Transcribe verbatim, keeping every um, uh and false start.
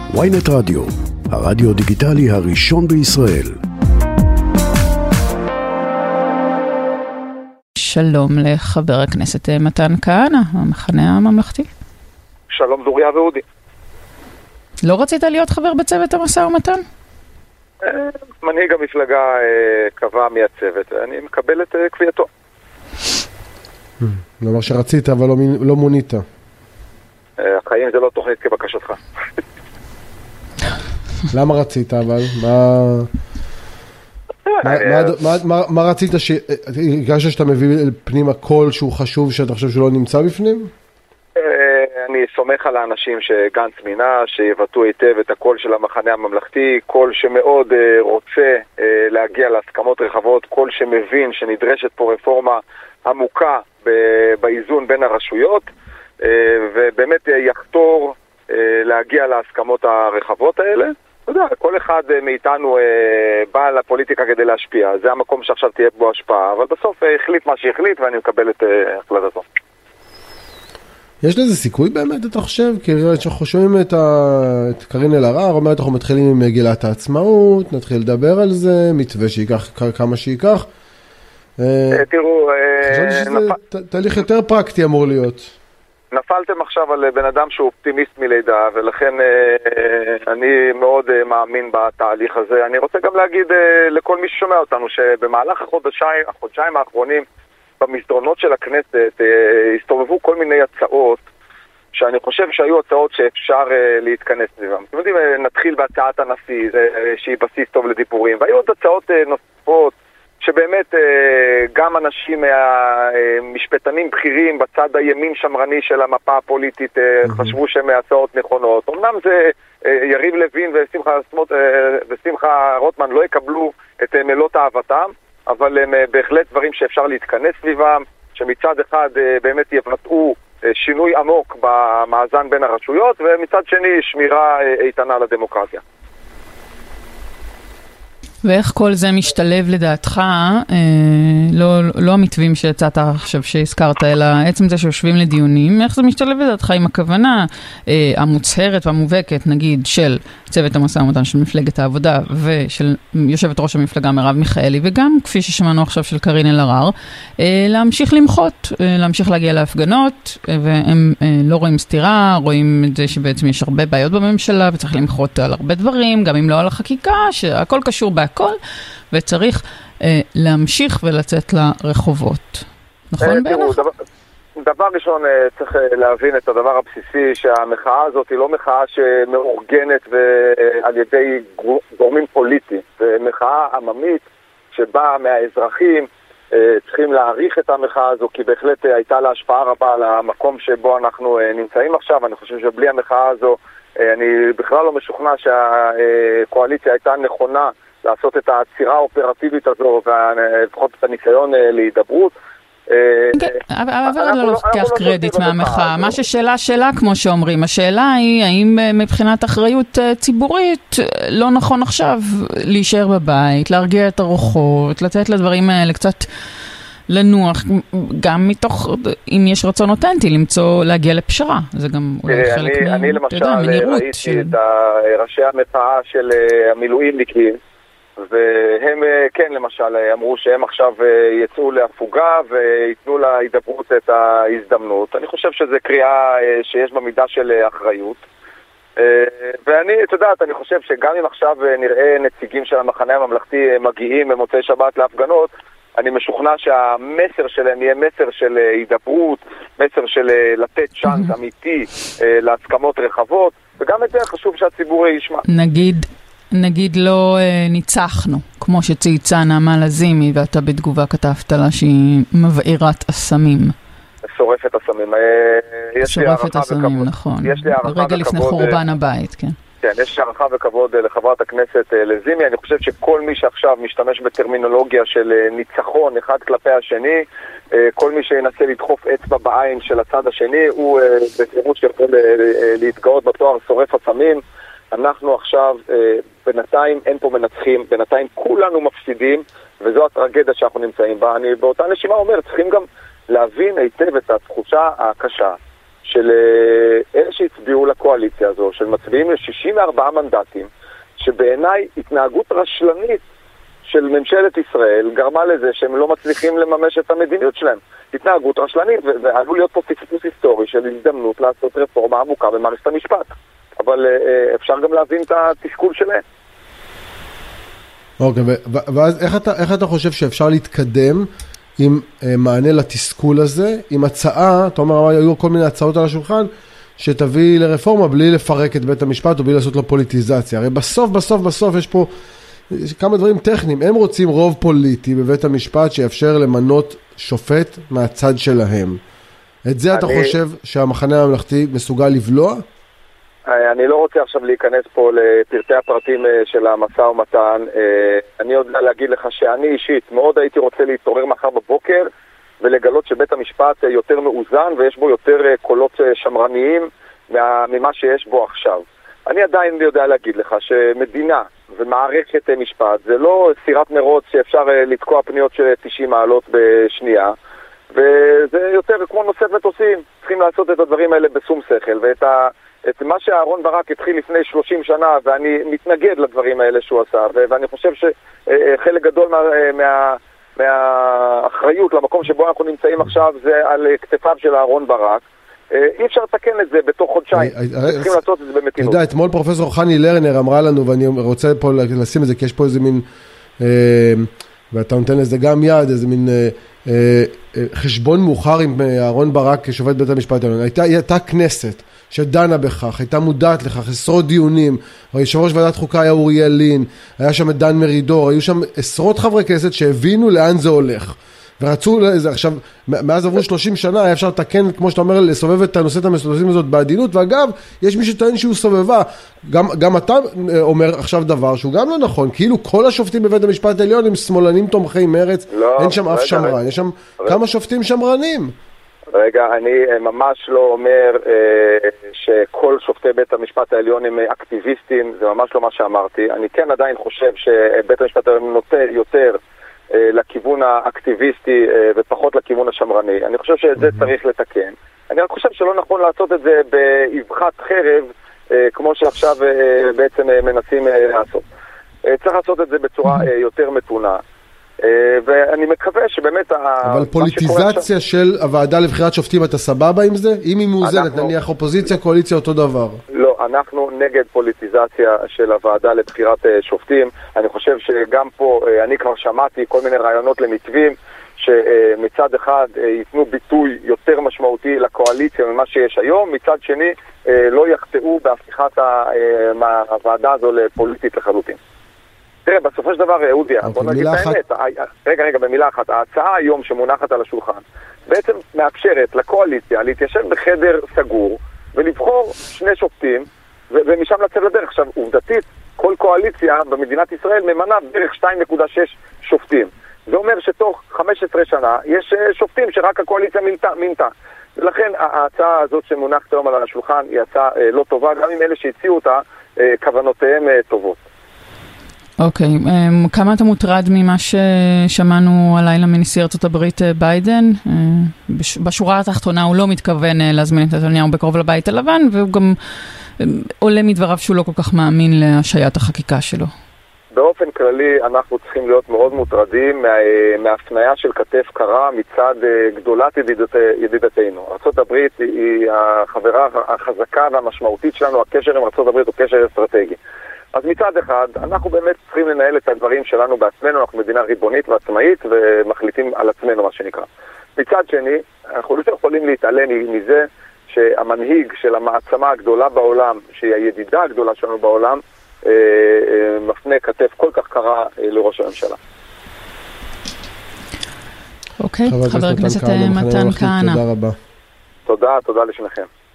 וויינט רדיו, הרדיו דיגיטלי הראשון בישראל. שלום לחבר הכנסת מתן כהנא, המחנה הממלכתי. שלום דוריה ואודי. לא רצית להיות חבר בצוות המשא ומתן? מנהיג המפלגה קבע מהצוות, אני מקבל את קביעתו. לומר שרצית אבל לא מונית. החיים זה לא תוכנית כבקשתך. למה רצית אבל? מה רצית? הרגשת שאתה מביא פנימה קול שהוא חשוב שאתה חושב שהוא לא נמצא בפנים? אני סומך על האנשים שגנץ מינה, שיבטאו היטב את הקול של המחנה הממלכתי, קול שמאוד רוצה להגיע להסכמות רחבות, קול שמבין שנדרשת פה רפורמה עמוקה באיזון בין הרשויות, ובאמת יחתור להגיע להסכמות הרחבות האלה. אתה יודע, כל אחד מאיתנו בא לפוליטיקה כדי להשפיע, זה המקום שעכשיו תהיה בו השפעה, אבל בסוף החליט מה שהחליט ואני מקבל את החלטתו. יש לזה סיכוי באמת, אתה חושב? כי אנחנו שומעים את, ה... את קרין אלהרר, אומרת, אנחנו מתחילים עם מגילת העצמאות, נתחיל לדבר על זה, מתווה שיקח כמה שיקח. תראו... חשבתי שזה תהליך יותר פרקטי אמור להיות. נפלתם עכשיו על בן אדם שהוא אופטימיסט מלידה, ולכן אני מאוד מאמין בתהליך הזה. אני רוצה גם להגיד לכל מי ששומע אותנו, שבמהלך החודשיים, החודשיים האחרונים, במסדרונות של הכנסת הסתובבו כל מיני הצעות שאני חושב שהיו הצעות שאפשר להתכנס סביבם. אתם יודעים, נתחיל בהצעת הנשיא, שהיא בסיס טוב לדיבורים, והיו עוד הצעות נוספות שבאמת גם אנשים משפטנים בכירים בצד הימין שמרני של המפה הפוליטית חשבו שהן הצעות נכונות. אמנם זה יריב לוין ושמחה, ושמחה רוטמן לא יקבלו את מלות אהבתם, אבל הם בהחלט דברים שאפשר להתכנס סביבם, שמצד אחד באמת יבטאו שינוי עמוק במאזן בין הרשויות, ומצד שני שמירה איתנה לדמוקרטיה. ואיך כל זה משתלב לדעתך, אה, לא, לא המתווים שיצאת עכשיו שהזכרת, אלא עצם זה שיושבים לדיונים, איך זה משתלב לדעתך עם הכוונה אה, המוצהרת והמובהקת, נגיד, של צוות המשא ומתן של מפלגת העבודה, ושל יושבת ראש המפלגה מרב מיכאלי, וגם, כפי ששמענו עכשיו של קרין אלהרר, אה, להמשיך למחות, אה, להמשיך להגיע להפגנות, אה, והם אה, לא רואים סתירה, רואים את זה שבעצם יש הרבה בעיות בממשלה, וצריך למחות על הרבה דברים, גם אם לא על החקיקה, שהכל קשור בהכל, וצריך אה, להמשיך ולצאת לרחובות. נכון בערך? דבר, דבר ראשון צריך להבין את הדבר הבסיסי, שהמחאה הזאת היא לא מחאה שמאורגנת על ידי גורמים פוליטיים, זה מחאה עממית שבאה מהאזרחים, צריכים להעריך את המחאה הזו, כי בהחלט הייתה לה השפעה רבה על המקום שבו אנחנו נמצאים עכשיו. אני חושב שבלי המחאה הזו, אני בכלל לא משוכנע שהקואליציה הייתה נכונה לעשות את העצירה האופרטיבית הזו, ולפחות את הניסיון להידברות. אבל לא לוקח קרדיט מהמחאה. מה ששאלה שאלה, כמו שאומרים, השאלה היא, האם מבחינת אחריות ציבורית לא נכון עכשיו להישאר בבית, להרגיע את הרוחות, לתת לדברים האלה קצת לנוח, גם מתוך, אם יש רצון אותנטי, למצוא, להגיע לפשרה. זה גם אולי חלק מנראות. אני למשל ראיתי את ראשי המחאה של המילואימניקים, והם כן למשל אמרו שהם עכשיו יצאו להפוגה ויתנו להידברות את ההזדמנות. אני חושב שזה קריאה שיש במידה של אחריות, ואני, את יודעת, אני חושב שגם אם עכשיו נראה נציגים של המחנה הממלכתי מגיעים במוצאי שבת להפגנות, אני משוכנע שהמסר שלהם יהיה מסר של הידברות, מסר של לתת צ'אנס אמיתי להסכמות רחבות, וגם את זה חשוב שהציבור ישמע. נגיד נגיד לא אה, ניצחנו, כמו שצייצה נעמה לזימי, ואתה בתגובה כתבת לה שהיא מבעירת אסמים. שורפת אסמים. אה, שורפת אסמים, נכון. יש לי הערכה רגע לפני חורבן הבית, כן. כן, יש הערכה וכבוד לחברת הכנסת לזימי. אני חושב שכל מי שעכשיו משתמש בטרמינולוגיה של ניצחון אחד כלפי השני, כל מי שינסה לדחוף אצבע בעין של הצד השני, הוא בפירוש שיכול להתגאות בתואר שורף אסמים. אנחנו עכשיו, בינתיים אין פה מנצחים, בינתיים כולנו מפסידים, וזו הטרגדיה שאנחנו נמצאים בה. אני באותה נשימה אומר, צריכים גם להבין היטב את התחושה הקשה של אלה שהצביעו לקואליציה הזו, של מצביעים ל-שישים וארבעה מנדטים, שבעיניי התנהגות רשלנית של ממשלת ישראל גרמה לזה שהם לא מצליחים לממש את המדיניות שלהם. התנהגות רשלנית, ועלו להיות פה פספוס היסטורי של הזדמנות לעשות רפורמה עמוקה במערכת המשפט. אבל אפשר גם להבין את התסכול שלהם. אוקיי, ואז איך אתה, איך אתה חושב שאפשר להתקדם עם מענה לתסכול הזה, עם הצעה, אתה אומר, היו כל מיני הצעות על השולחן, שתביא לרפורמה בלי לפרק את בית המשפט או בלי לעשות לו פוליטיזציה. הרי בסוף, בסוף, בסוף יש פה יש כמה דברים טכניים. הם רוצים רוב פוליטי בבית המשפט שיאפשר למנות שופט מהצד שלהם. את זה אני... אתה חושב שהמחנה הממלכתי מסוגל לבלוע? אני לא רוצה עכשיו להיכנס פה לפרטי הפרטים של המשא ומתן. אני יודע להגיד לך שאני אישית מאוד הייתי רוצה להתעורר מחר בבוקר ולגלות שבית המשפט יותר מאוזן ויש בו יותר קולות שמרניים ממה שיש בו עכשיו. אני עדיין יודע להגיד לך שמדינה ומערכת משפט זה לא סירת מרוץ שאפשר לתקוע פניות של תשעים מעלות בשנייה, וזה יותר כמו נושאת מטוסים. צריכים לעשות את הדברים האלה בשום שכל, ואת ה... את מה שאהרון ברק התחיל לפני שלושים שנה, ואני מתנגד לדברים האלה שהוא עשה, ואני חושב שחלק גדול מה, מה, מהאחריות למקום שבו אנחנו נמצאים עכשיו זה על כתפיו של אהרון ברק. אי אפשר לתקן את זה בתוך חודשיים, צריכים לעשות את זה במתינות. אתה יודע, אתמול פרופסור חני לרנר אמרה לנו, ואני רוצה פה לשים את זה, כי יש פה איזה מין, ואתה נותן לזה גם יד, איזה מין חשבון מאוחר עם אהרון ברק כשופט בית המשפט העליון. הייתה כנסת שדנה בכך, הייתה מודעת לכך, עשרות דיונים, יושב ראש ועדת חוקה היה אוריאל לין, היה שם את דן מרידור, היו שם עשרות חברי כנסת שהבינו לאן זה הולך. ורצו, עכשיו, מאז עברו שלושים שנה, היה אפשר לתקן, כמו שאתה אומר, לסובב את הנושאת המסובבים הזאת בעדינות, ואגב, יש מי שטוען שהוא סובבה, גם, גם אתה אומר עכשיו דבר שהוא גם לא נכון, כאילו כל השופטים בבית המשפט העליון הם שמאלנים תומכי מרץ, לא, אין שם אף שמרן, יש שם רגע. כמה שופטים שמרנים. רגע, אני ממש לא אומר אה, שכל שופטי בית המשפט העליון הם אקטיביסטים, זה ממש לא מה שאמרתי, אני כן עדיין חושב שבית המשפט העליון נוטה יותר לכיוון האקטיביסטי ופחות לכיוון השמרני. אני חושב שאת זה צריך לתקן. אני רק חושב שלא נכון לעשות את זה באבחת חרב, כמו שעכשיו בעצם מנסים לעשות. צריך לעשות את זה בצורה יותר מתונה. ואני מקווה שבאמת... אבל פוליטיזציה של הוועדה לבחירת שופטים, אתה סבבה עם זה? אם היא מאוזנת, נניח אופוזיציה, קואליציה, אותו דבר. לא, אנחנו נגד פוליטיזציה של הוועדה לבחירת שופטים. אני חושב שגם פה, אני כבר שמעתי כל מיני רעיונות למתווים, שמצד אחד ייתנו ביטוי יותר משמעותי לקואליציה ממה שיש היום, מצד שני לא יחטאו בהפיכת הוועדה הזו לפוליטית לחלוטין. תראה, בסופו של דבר, אודיה, בוא נגיד את האמת. רגע, רגע, במילה אחת. ההצעה היום שמונחת על השולחן בעצם מאפשרת לקואליציה להתיישב בחדר סגור ולבחור שני שופטים ומשם לצאת לדרך. עכשיו, עובדתית, כל קואליציה במדינת ישראל ממנה בערך שתיים נקודה שש שופטים. זה אומר שתוך חמש עשרה שנה יש שופטים שרק הקואליציה מינתה. ולכן ההצעה הזאת שמונחת היום על השולחן היא הצעה לא טובה, גם אם אלה שהציעו אותה, כוונותיהם טובות. אוקיי, okay. כמה אתה מוטרד ממה ששמענו הלילה מנשיא ארצות הברית ביידן? בשורה התחתונה הוא לא מתכוון להזמין את נתניהו בקרוב לבית הלבן, והוא גם עולה מדבריו שהוא לא כל כך מאמין להשעיית החקיקה שלו. באופן כללי אנחנו צריכים להיות מאוד מוטרדים מה, מהפניה של כתף קרה מצד גדולת ידידת, ידידתנו. ארצות הברית היא החברה החזקה והמשמעותית שלנו, הקשר עם ארצות הברית הוא קשר אסטרטגי. אז מצד אחד, אנחנו באמת צריכים לנהל את הדברים שלנו בעצמנו, אנחנו מדינה ריבונית ועצמאית ומחליטים על עצמנו מה שנקרא. מצד שני, אנחנו לא יכולים להתעלם מזה שהמנהיג של המעצמה הגדולה בעולם, שהיא הידידה הגדולה שלנו בעולם, אה, אה, מפנה כתף כל כך קרה אה, לראש הממשלה. אוקיי, חבר הכנסת מתן כהנא. תודה רבה. תודה, תודה לשניכם.